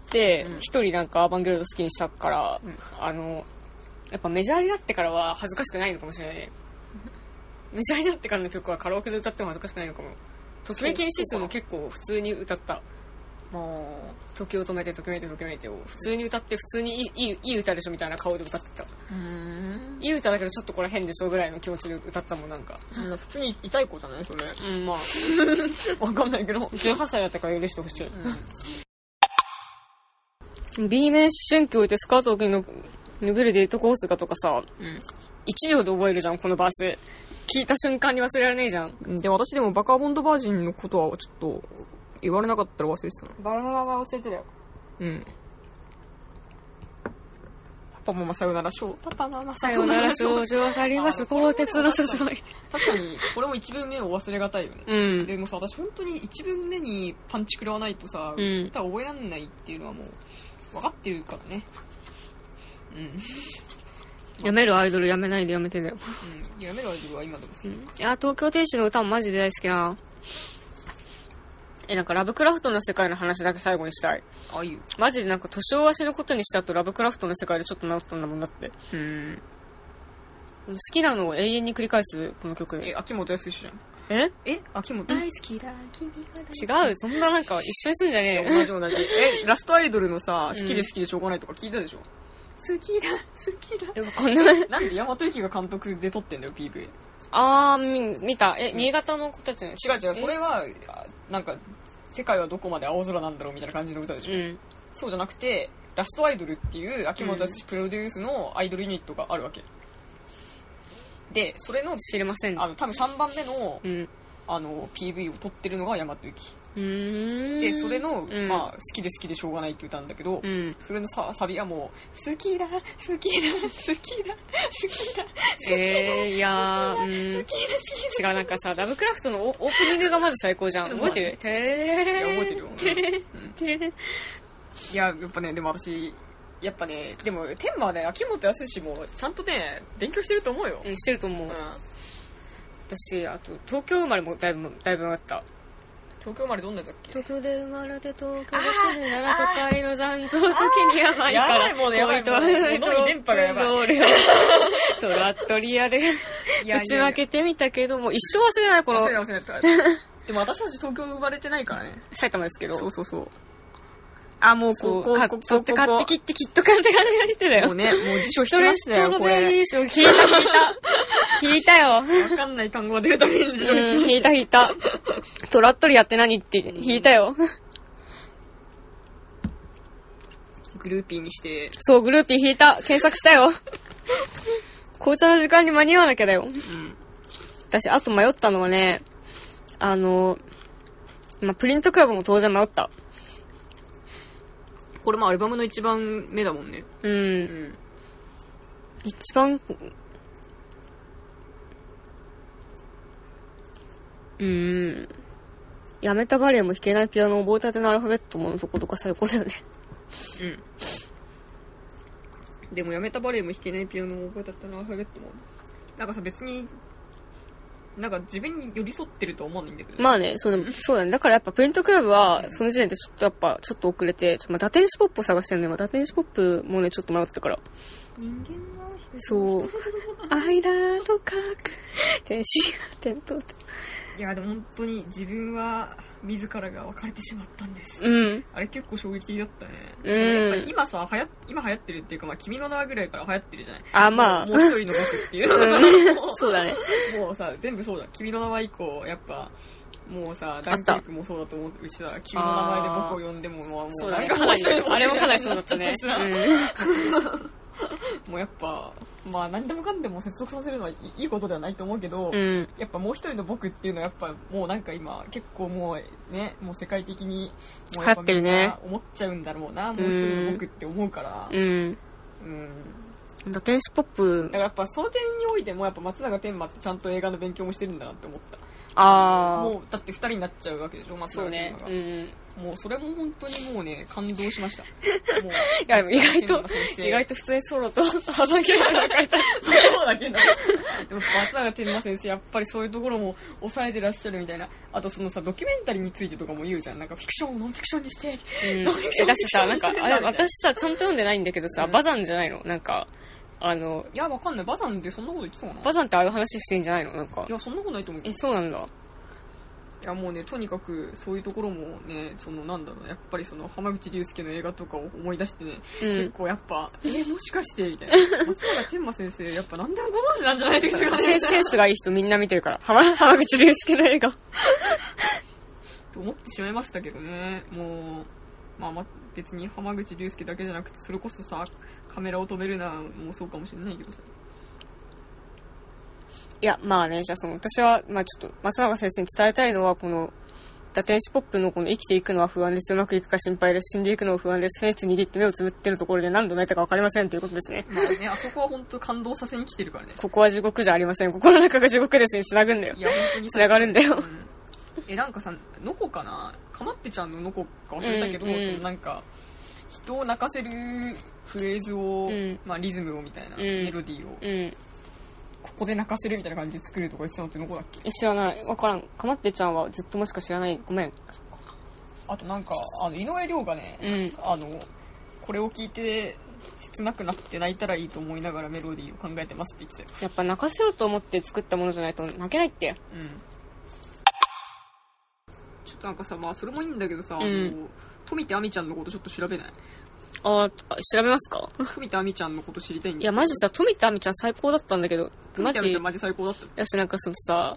Speaker 1: 一人なんかアーバンギャルド好きにしたから、やっぱメジャーになってからは恥ずかしくないのかもしれないね。メジャーになってからの曲はカラオケで歌っても恥ずかしくないのかも。ときめきシスも結構普通に歌った。時を止めて時めて時めてを普通に歌って普通にいい歌でしょみたいな顔で歌ってた。いい歌だけどちょっとこれ変でしょぐらいの気持ちで歌ったもんなんか。
Speaker 2: 普通に痛い子じゃないそれ。
Speaker 1: まあ。
Speaker 2: わかんないけど。
Speaker 1: 18歳だったから許してほしい。B 面春季を置いてスカートを脱げるデートコースがとかさ、1秒で覚えるじゃん、このバース。聞いた瞬間に忘れられないじゃん。
Speaker 2: で、私でもバカボンドバージンのことはちょっと言われなかったら忘れてたの。
Speaker 1: バラバラ教えてたよ。
Speaker 2: パパママさよなら少
Speaker 1: さよなら少女は去ります鋼鉄の少女。
Speaker 2: 確かにこれも1文目を忘れがたいよね。でもさ、私本当に1文目にパンチ食らわないとさ、歌覚えらんないっていうのはもう分かってるからね。
Speaker 1: やめるアイドルやめないでやめてだよ。
Speaker 2: やめるアイドルは今でも好き。
Speaker 1: いや、東京天使の歌もマジで大好きな。なんかラブクラフトの世界の話だけ最後にしたい。マジでなんか年をわしのことにした後ラブクラフトの世界でちょっと治ったんだもんだって。 好きなのを永遠に繰り返す、この曲。
Speaker 2: 秋元康じゃん。秋元
Speaker 1: 大好きだ、君が。違う、そんななんか一緒にすんじゃねえよ。
Speaker 2: 同じ。ラストアイドルのさ、好きで好きでしょうがないとか聞いたでしょ？
Speaker 1: 好きだ、好きだ。こんな。
Speaker 2: なんで大和幸が監督で撮ってんだよ、PV。
Speaker 1: 見た。新潟の子たちの。
Speaker 2: 違う、それは、なんか、世界はどこまで青空なんだろうみたいな感じの歌でしょ？そうじゃなくて、ラストアイドルっていう秋元康プロデュースのアイドルユニットがあるわけ。で、それの、
Speaker 1: 知れません。
Speaker 2: 多分3番目の、PV を撮ってるのが大和幸。で、それの、まあ、好きで好きでしょうがないって歌なんだけど、それのサビはもう、好きだ、好きだ、好きだ、好きだ、
Speaker 1: いやー、好きだ、違う、なんかさ、ラブクラフトのオープニングがまず最高じゃん。覚えてる？
Speaker 2: 覚えてるよ。
Speaker 1: てれ
Speaker 2: いや、やっぱね、でも私、やっぱね、でも、天馬はね、秋元康も、ちゃんとね、勉強してると思うよ。
Speaker 1: してると思う。私、あと、東京生まれもだいぶあった。
Speaker 2: 東京生まれどんなやつだっけ？
Speaker 1: 東京で生まれて東京で死ぬなら都会の残像時にやばいから。
Speaker 2: やばいもんね、やばいもんね。電波がやばい。
Speaker 1: トラットリアで打ち分けてみたけども、一生忘れない、この。
Speaker 2: 忘れた。でも私たち東京生まれてないからね。
Speaker 1: 埼玉ですけど。
Speaker 2: そう。
Speaker 1: もうこう、買って切ってきっと買って感じが出てたよ。
Speaker 2: もうね、もう辞書引きましたよ、これ。
Speaker 1: 引いたよ。
Speaker 2: わかんない単語が出るために辞書
Speaker 1: 引いた。トラットリアって何って引いたよ。
Speaker 2: グルーピーにして。
Speaker 1: そう、グルーピー引いた。検索したよ。紅茶の時間に間に合わなきゃだよ。私、あと迷ったのはね、プリントクラブも当然迷った。
Speaker 2: これもアルバムの一番目だもんね。
Speaker 1: 一番、やめたバレエも弾けないピアノを覚えたてのアルファベットものとことか最高だよね。
Speaker 2: でもやめたバレエも弾けないピアノも覚えたてのアルファベットも。なんかさ、別に、なんか自分に寄り添ってるとは思わないんだけど。
Speaker 1: まあね、そうだね。だからやっぱプリントクラブは、その時点でちょっと遅れて、打天使ポップを探してるんだよ。打天使ポップもね、ちょっと迷ってたから。
Speaker 2: 人間は
Speaker 1: そう。間と書く天使が点灯と。
Speaker 2: いや、でも本当に自分は自らが別れてしまったんです。あれ結構衝撃的だったね。やっぱり今さ、今流行ってるっていうか、まあ、君の名はぐらいから流行ってるじゃない。
Speaker 1: まあ。
Speaker 2: もう一人の僕っていう。
Speaker 1: そうだね。
Speaker 2: もうさ、全部そうだ。君の名は以降、やっぱ、もうさ、ダンケルクもそうだと思うしさ、君の名前で僕を呼んでも、もう
Speaker 1: そうだね。あれもかなりそうだったね。
Speaker 2: もうやっぱ、まあ何でもかんでも接続させるのはいいことではないと思うけど、やっぱもう一人の僕っていうのはやっぱもうなんか今結構もうね、もう世界的にもうやっぱみんな思っちゃうんだろうな、もう一人の僕って思うから。
Speaker 1: 打天使ポップ。
Speaker 2: だからやっぱその点においてもやっぱ松永天馬ってちゃんと映画の勉強もしてるんだなって思った。もうだって二人になっちゃうわけでしょ、松永天馬が。もうそれも本当にもうね、感動しました。もう
Speaker 1: いや、意外と普通にソロと幅広いの書いた。
Speaker 2: そうだけど。でも松永天馬先生、やっぱりそういうところも抑えてらっしゃるみたいな。あとそのさ、ドキュメンタリーについてとかも言うじゃん。なんかフィクションをノンフィクションにして、ノンフィクションにして。
Speaker 1: だしさ、なんか、あれ、私さ、ちゃんと読んでないんだけどさ、バザンじゃないの？なんか、
Speaker 2: いや、わかんない。バザンってそんなこと言ってたかな？
Speaker 1: バザンってああいう話してんじゃないの？なんか。
Speaker 2: いや、そんなことないと思う。
Speaker 1: そうなんだ。
Speaker 2: いやもうね、とにかくそういうところもね、なんだろう、やっぱり浜口竜介の映画とかを思い出してね、結構やっぱ、もしかしてみたいな。松永天馬先生、やっぱ何でもご存知なんじゃないですかね。
Speaker 1: センスがいい人みんな見てるから、浜口竜介の映画。
Speaker 2: と思ってしまいましたけどね、もう、まあ別に浜口竜介だけじゃなくて、それこそさ、カメラを止めるなもそうかもしれないけどさ。
Speaker 1: いや、まあね、じゃあ私は、まあちょっと、松永先生に伝えたいのは、この、打天使ポップのこの生きていくのは不安です。うまくいくか心配です。死んでいくのは不安です。フェンス握って目をつぶってるところで何度泣いたか分かりませんということですね。
Speaker 2: まあね、あそこは本当感動させに来てるからね。
Speaker 1: ここは地獄じゃありません。心の中が地獄ですに繋ぐんだよ。
Speaker 2: いや、本当に
Speaker 1: 繋がるんだよ。
Speaker 2: なんかさ、のこかなかまってちゃんののこか忘れたけど、なんか、人を泣かせるフレーズを、まあリズムをみたいな、メロディーを。ここで泣かせるみたいな感じで作るとか言ってたのってどこだっけ？
Speaker 1: 知らない。わからん。かまってちゃんはずっともしか知らない。ごめん。
Speaker 2: あとなんか、井上涼がね、これを聞いて、 切なくなって泣いたらいいと思いながらメロディーを考えてますって言ってたよ。
Speaker 1: やっぱ泣かせようと思って作ったものじゃないと泣けないって。
Speaker 2: うん。ちょっとなんかさ、まあそれもいいんだけどさ、富田亜美ちゃんのことちょっと調べない？
Speaker 1: 調べますか？
Speaker 2: 富田亜美ちゃんのこと知りたいんだけど。
Speaker 1: いやマジさ、富田亜美ちゃん最高だったんだけど、
Speaker 2: 富田亜美ちゃんマジ最高だった。
Speaker 1: やし、なんかそのさ、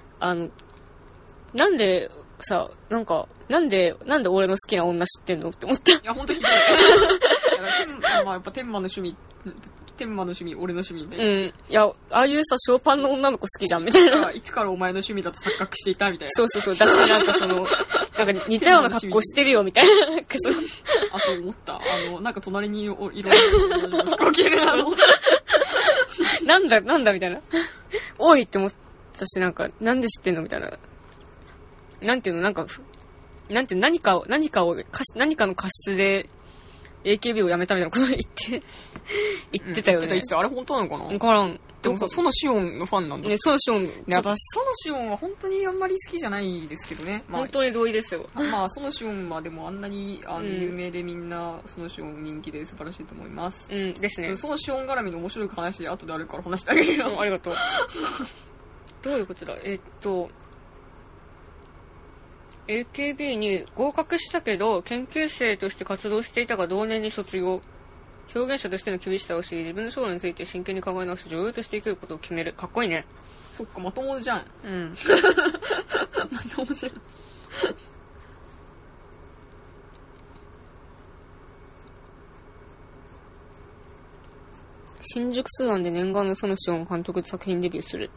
Speaker 1: なんでさ、なんで俺の好きな女知ってんのって思った。
Speaker 2: いや、ほんとひどい。まあやっぱ天馬の趣味、俺の趣味みたいな。
Speaker 1: いや、ああいうさ、ショーパンの女の子好きじゃん、みたいな。
Speaker 2: いつからお前の趣味だと錯覚していたみたいな。
Speaker 1: そう。だし、なんかなんか似たような格好してるよ、みたいな。なんか
Speaker 2: そう思った。なんか隣にいろんな服を着るなの。
Speaker 1: なんだ、みたいな。多いって思ったし、なんか、なんで知ってんのみたいな。なんていうの、何かの過失で、AKB を辞めたみたいなこと言ってたよね。
Speaker 2: 言ってた。あれ本当なのかな？
Speaker 1: わからん。
Speaker 2: でもさ、ソノシオンのファンなんだ。
Speaker 1: ね、ソノシオン。
Speaker 2: ね、私、ソノシオンは本当にあんまり好きじゃないですけどね。
Speaker 1: 本当に同意ですよ。
Speaker 2: まあ、ソノシオンはでもあんなに有名でみんな、ソノシオン人気で素晴らしいと思います。
Speaker 1: ですね。
Speaker 2: ソノシオン絡みの面白い話、後であるから話してあげるよ。
Speaker 1: ありがとう。どういうことだAKB に合格したけど、研究生として活動していたが同年に卒業。表現者としての厳しさを知り、自分の将来について真剣に考え直し、女優として生きることを決める。かっこいいね。
Speaker 2: そっか、まともじゃん。まともじゃん。
Speaker 1: 新宿スワンで念願のソノシオン監督で作品デビューする。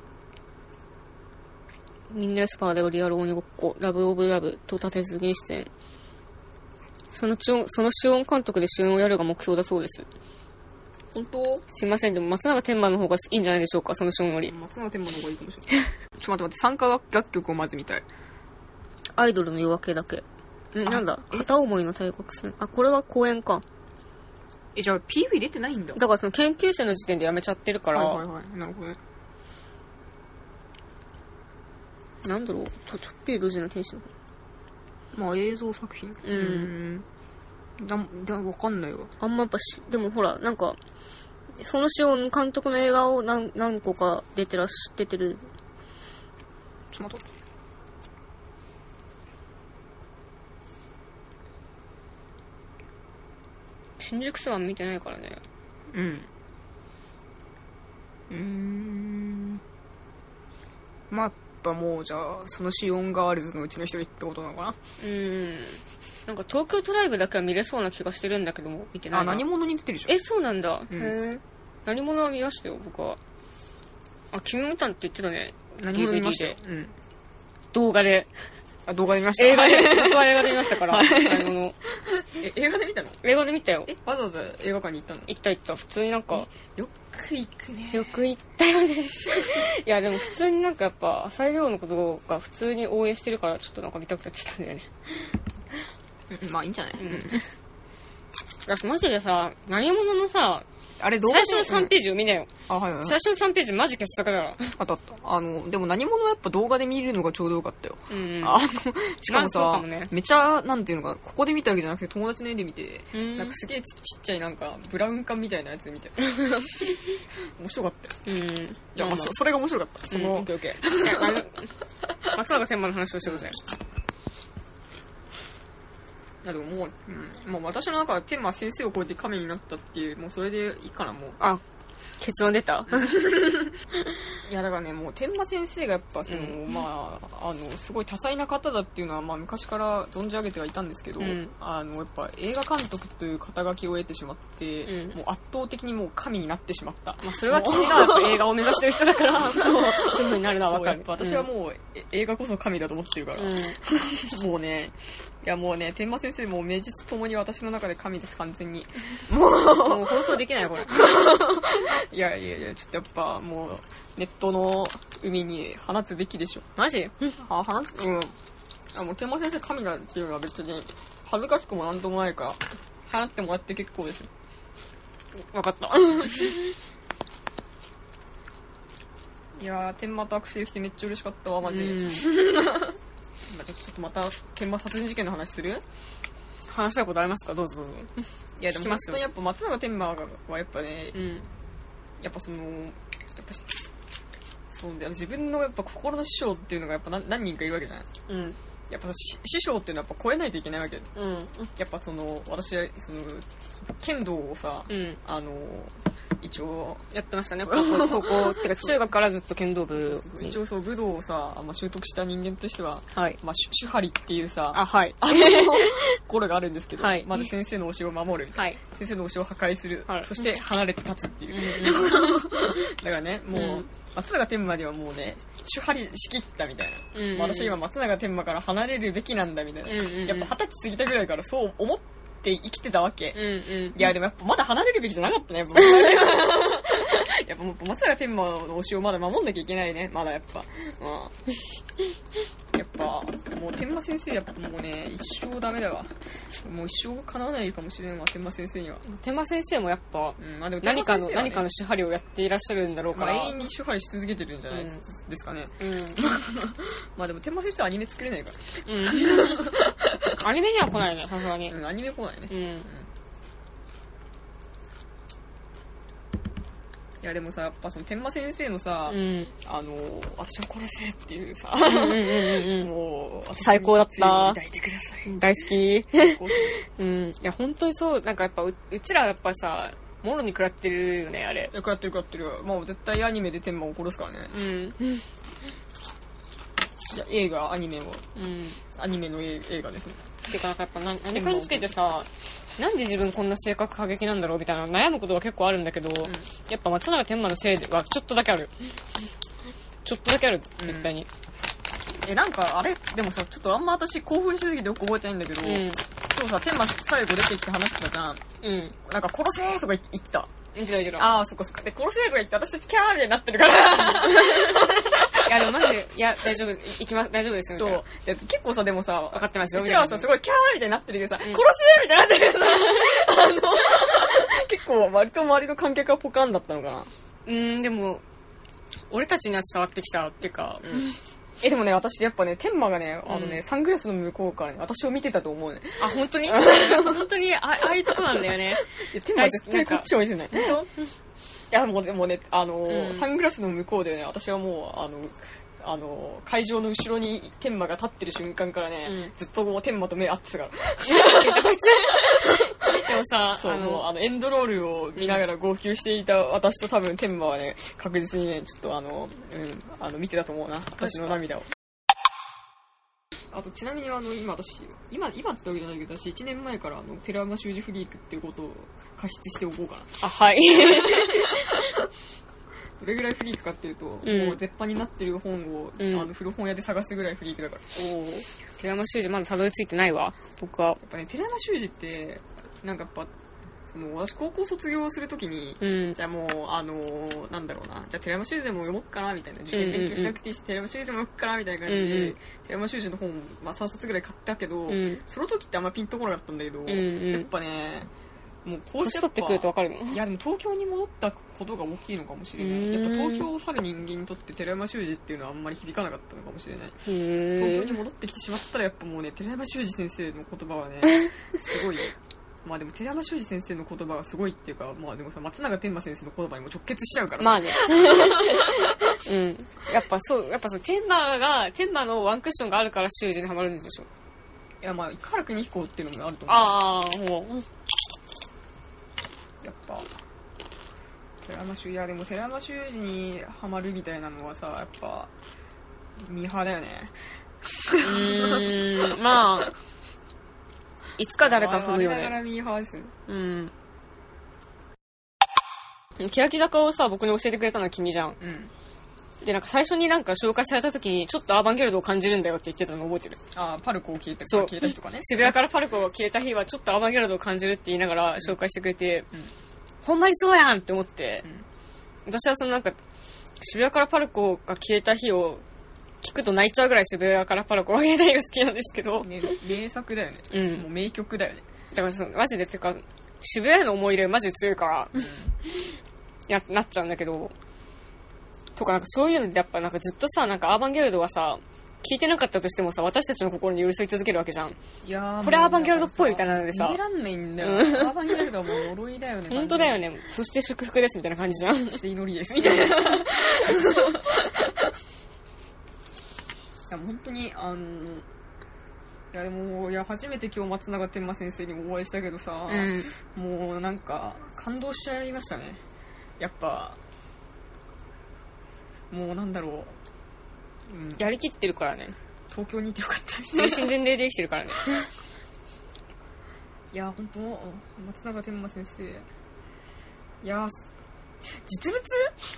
Speaker 1: ミンネスパーではリアル鬼ごっこ、ラブオブラブと立て続けに出演。そのシオン監督で主演をやるが目標だそうです。
Speaker 2: 本当？
Speaker 1: すいません、でも松永天馬の方がいいんじゃないでしょうか、そのシオンより。
Speaker 2: 松永天馬の方がいいかもしれない。ちょっと待って、参加楽曲をまず見たい。
Speaker 1: アイドルの夜明けだけ。なんだ、片思いの大国戦。これは公演か。
Speaker 2: じゃあ PV 出てないんだ。
Speaker 1: だからその研究生の時点でやめちゃってるから。
Speaker 2: はい、なるほどね。
Speaker 1: なんだろう、ちょっぴりドジな天使の。
Speaker 2: まあ映像作品。わかんないわ。
Speaker 1: あんまやっぱでもほら、なんか、そのシオン監督の映画を何個か出てる。
Speaker 2: ちょっと待って。
Speaker 1: 新宿スワン見てないからね。
Speaker 2: まあ、やっぱもう、じゃあ、そのシオンガールズのうちの一人ってことなのかな？
Speaker 1: なんか東京トライブだけは見れそうな気がしてるんだけども、見てないな。
Speaker 2: 何者に出てるじゃん。
Speaker 1: そうなんだ。何者は見ましたよ、僕は。君も見たんって言ってたね。
Speaker 2: 何者見ましたよ。
Speaker 1: 動画で。
Speaker 2: 動画で見ました。
Speaker 1: 僕は映画で見ましたから。
Speaker 2: 映画で見たの？
Speaker 1: 映画で見たよ。
Speaker 2: わざわざ映画館に行ったの？
Speaker 1: 行った。普通になんか。
Speaker 2: よく行くね。
Speaker 1: よく行ったよね。いや、でも普通になんかやっぱ、浅井亮のことが普通に応援してるから、ちょっとなんか見たくなっちゃったんだよね。
Speaker 2: まあいいんじゃない？
Speaker 1: だってマジでさ、何者のさ、
Speaker 2: あれ
Speaker 1: 最初の3ページを見なよ。最初の3ページマジ傑作だから。
Speaker 2: あった。でも何者はやっぱ動画で見るのがちょうどよかったよ。しかもさ、めちゃ、なんていうのか、ここで見たわけじゃなくて友達の絵で見て、なんかすげえちっちゃいなんか、ブラウン管みたいなやつで見て。面白かったよ。いや、それが面白かった。
Speaker 1: オッケー。松永千馬の話をしてください。
Speaker 2: いやでももう私の中で天馬先生を超えて神になったっていう、もうそれでいいかな、もう。
Speaker 1: 結論出た？
Speaker 2: いやだからね、もう天馬先生がやっぱまあ、すごい多彩な方だっていうのは、まあ昔から存じ上げてはいたんですけど、やっぱ映画監督という肩書きを得てしまって、もう圧倒的にもう神になってしまった。
Speaker 1: それは君が映画を目指してる人だから、そういう風になるのはわかる。
Speaker 2: 私はもう映画こそ神だと思ってるから。もうね、天馬先生もう名実ともに私の中で神です、完全に。
Speaker 1: もう放送できないよ、これ。
Speaker 2: いや、ちょっとやっぱもう、ネットの海に放つべきでしょ。
Speaker 1: マジ？
Speaker 2: 放つ？もう天馬先生神だっていうのは別に、恥ずかしくもなんともないから、放ってもらって結構ですよ。
Speaker 1: わかった。
Speaker 2: いや天馬と握手できてめっちゃ嬉しかったわ、マジで。ちょっとまた天馬殺人事件の話する？
Speaker 1: 話したいことありますか？どうぞどうぞ。
Speaker 2: いやでも本当にやっぱ松永天馬はやっぱね、やっぱそうだよ、自分のやっぱ心の師匠っていうのがやっぱ何人かいるわけじゃない。やっぱ師匠っていうのはやっぱ超えないといけないわけ。やっぱ私は剣道をさ、一応
Speaker 1: やってましたね。高校ってか中学からずっと剣道部。
Speaker 2: 一応武道をさ、習得した人間としては、
Speaker 1: はい。
Speaker 2: 手張りっていうさ、
Speaker 1: はい。
Speaker 2: 心があるんですけど、
Speaker 1: はい。
Speaker 2: まず先生の教えを守る。
Speaker 1: はい。
Speaker 2: 先生の教えを破壊する。はい。そして離れて立つっていう。だからね、もう、松永天馬ではもうね、手張りしきったみたいな。私は今松永天馬から離れるべきなんだみたいな。やっぱ20歳過ぎたぐらいからそう思って生きてたわけ。いやでもやっぱまだ離れるべきじゃなかったね。やっぱもう松永天馬の教えをまだ守んなきゃいけないね。まだやっぱ。やっぱもう天馬先生やっぱもうね、一生ダメだわ。もう一生叶わないかもしれんわ、天馬先生には。
Speaker 1: 天馬先生もやっぱ、何かの手張りをやっていらっしゃるんだろうから。
Speaker 2: 永遠に手張りし続けてるんじゃないですかね。まあでも天馬先生はアニメ作れないから。
Speaker 1: アニメには来ないね、さすがに。
Speaker 2: アニメ来ないね。いやでもさ、やっぱ天馬先生のさ、私を殺せっていうさ、もう、
Speaker 1: 最高だった。
Speaker 2: 抱いてください。
Speaker 1: 大好き。いや、本当にそう、なんかやっぱ、うちらやっぱさ、もろに食らってるよね、あれ。
Speaker 2: 食らってる。もう絶対アニメで天馬を殺すからね。いや、映画、アニメを。アニメの映画ですね。
Speaker 1: てか、なんかやっぱ何かにつけてさ、なんで自分こんな性格過激なんだろうみたいな悩むことが結構あるんだけど、やっぱ松永天馬のせいはちょっとだけある。絶対に。
Speaker 2: なんかあれでもさ、ちょっとあんま私興奮しすぎてよく覚えてないんだけど、今日さ、天馬最後出てきて話してたじゃん。なんか殺せーとか言ってた。ああ、そっか。で、殺せーとか言って私たちキャーみたいになってるから。
Speaker 1: いや、でもマジで、いや、大丈夫ですよ。
Speaker 2: そう。結構さ、でもさ、
Speaker 1: 分かってますよ。
Speaker 2: うちらはさ、すごいキャーみたいになってるけどさ、殺せーみたいになってるけどさ、結構割と周りの観客はポカンだったのかな。
Speaker 1: でも、俺たちには伝わってきたっていうか、
Speaker 2: でもね、私やっぱね、天馬がね、サングラスの向こうからね、私を見てたと思うね。あ、本当に
Speaker 1: 本当に、ああいうとこなんだよね。
Speaker 2: 天馬絶対こっちを見せない。本当？いや、もうね、サングラスの向こうでね、私はもう、会場の後ろに天馬が立ってる瞬間からね、ずっともう天馬と目合ってたから。
Speaker 1: でもさ、
Speaker 2: そう、もうエンドロールを見ながら号泣していた私と多分天馬はね、確実にね、ちょっと見てたと思うな、私の涙を。あと、ちなみに今私、今ってわけじゃないけど、私1年前から寺山修司フリークっていうことを加筆しておこうかな。
Speaker 1: あ、はい。
Speaker 2: どれぐらいフリークかっていうと、もう絶版になってる本を、古本屋で探すぐらいフリークだから。
Speaker 1: 寺山修司まだたどり着いてないわ、僕は。
Speaker 2: やっぱね、寺山修司って、なんかやっぱ、私高校卒業するときに、じゃあもう、なんだろうな、じゃあ寺山修司でも読もうかな、みたいな。受験勉強しなくていいし、寺山修司でも読もうかな、みたいな感じで、寺山修司の本、3冊ぐらい買ったけど、その時ってあんまピンとこなかったんだけど、やっぱね、もうこうして
Speaker 1: 年取ってくると分かるの？
Speaker 2: いやでも東京に戻ったことが大きいのかもしれない。やっぱ東京を去る人間にとって寺山修司っていうのはあんまり響かなかったのかもしれない。東京に戻ってきてしまったらやっぱもうね、寺山修司先生の言葉はね、すごい。まあでも寺山修司先生の言葉がすごいっていうか、まあでもさ、松永天馬先生の言葉にも直結しちゃうから
Speaker 1: まあね。やっぱ天馬のワンクッションがあるから修司にハマるんでしょ。
Speaker 2: いやまあ、生原邦彦っていうのもあると思う。
Speaker 1: もう。
Speaker 2: やっぱ、いやでも寺山修司にハマるみたいなのはさ、やっぱ、ミーハーだよね。
Speaker 1: まあ、いつか誰か踏むよね。
Speaker 2: 我ながらミーハーです。
Speaker 1: 欅坂をさ、僕に教えてくれたのは君じゃん。で、なんか最初になんか紹介された時に、ちょっとアバンギャルドを感じるんだよって言ってたの覚えてる？
Speaker 2: パルコを消えた人かね。
Speaker 1: 渋谷からパルコが消えた日は、ちょっとアバンギャルドを感じるって言いながら紹介してくれて、ほんまにそうやんって思って、私はなんか、渋谷からパルコが消えた日を聞くと泣いちゃうぐらい渋谷からパルコが消えた日が好きなんですけど。
Speaker 2: ね、名作だよね。もう名曲だよね。
Speaker 1: だからマジで、てか、渋谷への思い入れマジ強いから、なっちゃうんだけど、とかなんかそういうのでやっぱなんかずっとさ、なんかアーバンギャルドはさ、 聞いてなかったとしてもさ、私たちの心に寄り添い続けるわけじゃん。
Speaker 2: いや
Speaker 1: これアーバンギャルドっぽいみたいなのでさ。
Speaker 2: 逃げらんないんだよ。アーバンギャルドはもう呪いだよね。
Speaker 1: 本当だよね。そして祝福ですみたいな感じじゃん。
Speaker 2: そして祈りですみたいな。いや、本当に、いや、でも、初めて今日松永天馬先生にもお会いしたけどさ、もうなんか、感動しちゃいましたね。やっぱ、もうなんだろう。
Speaker 1: やりきってるからね。
Speaker 2: 東京にいてよかった。
Speaker 1: 全身全霊で生きてるからね。
Speaker 2: いや、本当松永天馬先生。いや、実物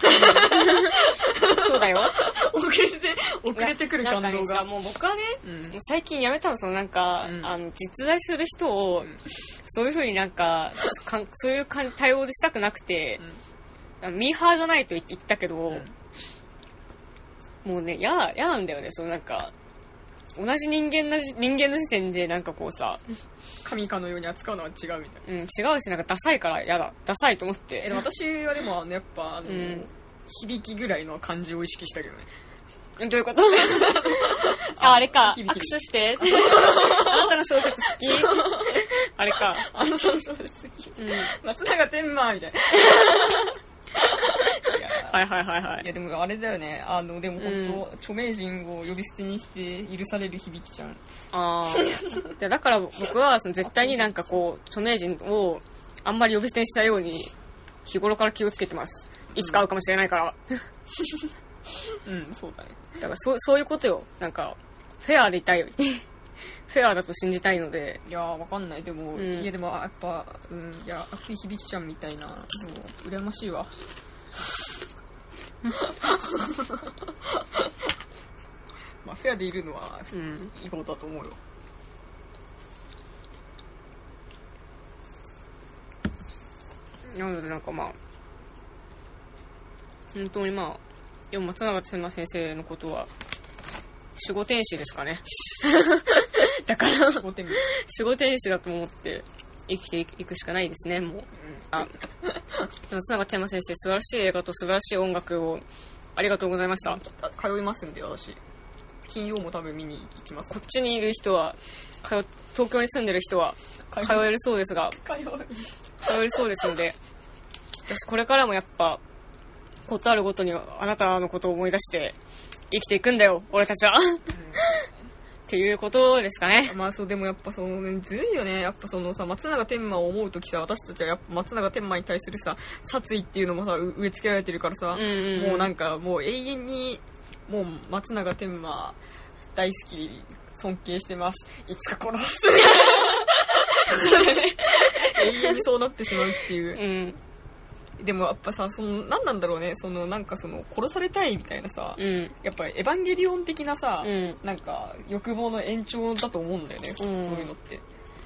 Speaker 1: そうだよ。
Speaker 2: 遅れてくる感動が。
Speaker 1: なんかね、もう僕はね、もう最近やめたの、なんか、実在する人を、そういう風になんか、そういう対応でしたくなくて、ミーハーじゃないと言ったけど、もうね、嫌なんだよね、なんか、同じ人間の時点でなんかこうさ、
Speaker 2: 神かのように扱うのは違うみたいな。
Speaker 1: 違うし、なんかダサいから嫌だ。ダサいと思って。
Speaker 2: 私はでも、やっぱ、響きぐらいの感じを意識したけどね。
Speaker 1: どういうことあれか。握手して。あなたの小説好きあれか。
Speaker 2: あなたの小説好き。松永天馬みたいな。
Speaker 1: はい。
Speaker 2: いやでもあれだよね。でも本当、著名人を呼び捨てにして許される響ちゃん。
Speaker 1: だから僕は絶対になんかこう、著名人をあんまり呼び捨てにしないように日頃から気をつけてます。いつか会うかもしれないから。
Speaker 2: そうだね。
Speaker 1: だからそういうことよ。なんか、フェアでいたいよ。フェアだと信じたいので。
Speaker 2: いやわかんない。でも、いやでもやっぱ、いや、熱い響ちゃんみたいな、もう、羨ましいわ。まあ、フェアでいるのは、いいことだと思うよ。
Speaker 1: なのでなんかまあ、本当にまあ、でも松永天馬先生のことは、守護天使ですかね。だから、守護天使だと思って生きていくしかないですね、もう。松永天馬先生、素晴らしい映画と素晴らしい音楽をありがとうございました。
Speaker 2: 通いますんで、私。金曜も多分見に行きます。
Speaker 1: こっちにいる人は、東京に住んでる人は、通えるそうですが、通えるそうですので、私これからもやっぱ、ことあるごとにあなたのことを思い出して生きていくんだよ、俺たちは。っていうことですかね。
Speaker 2: まあそう、でもやっぱずるいよね。やっぱさ、松永天馬を思うときさ、私たちはやっぱ松永天馬に対するさ、殺意っていうのもさ、植え付けられてるからさ、もうなんか、もう永遠に、もう松永天馬大好き、尊敬してます。いつか殺す。永遠にそうなってしまうっていう。でもやっぱさ、何なんだろうね、なんか殺されたいみたいなさ、やっぱエヴァンゲリオン的なさ、なんか欲望の延長だと思うんだよね、そういうのって。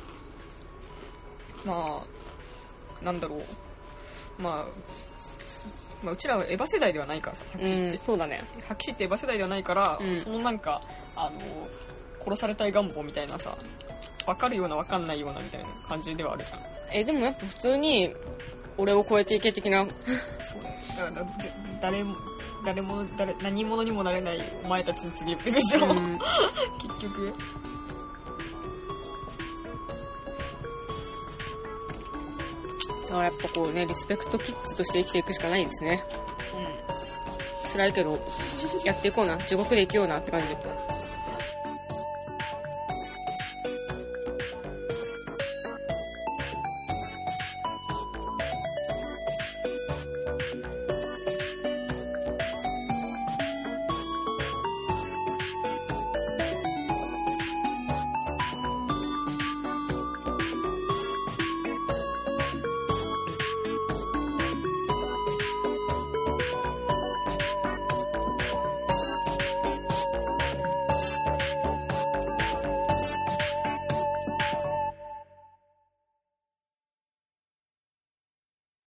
Speaker 2: まあ、なんだろう。まあ、うちらはエヴァ世代ではないからさ、はっきり言って。
Speaker 1: そうだね。
Speaker 2: はっきり言ってエヴァ世代ではないから、なんか、殺されたい願望みたいなさ、わかるようなわかんないようなみたいな感じではあるじゃん。
Speaker 1: でもやっぱ普通に、俺を超えていけ的な。
Speaker 2: そうね。だから何者にもなれないお前たちに次行くでしょ。結局。
Speaker 1: だからやっぱこうね、リスペクトキッズとして生きていくしかないですね。辛いけど、やっていこうな。地獄で生きようなって感じ。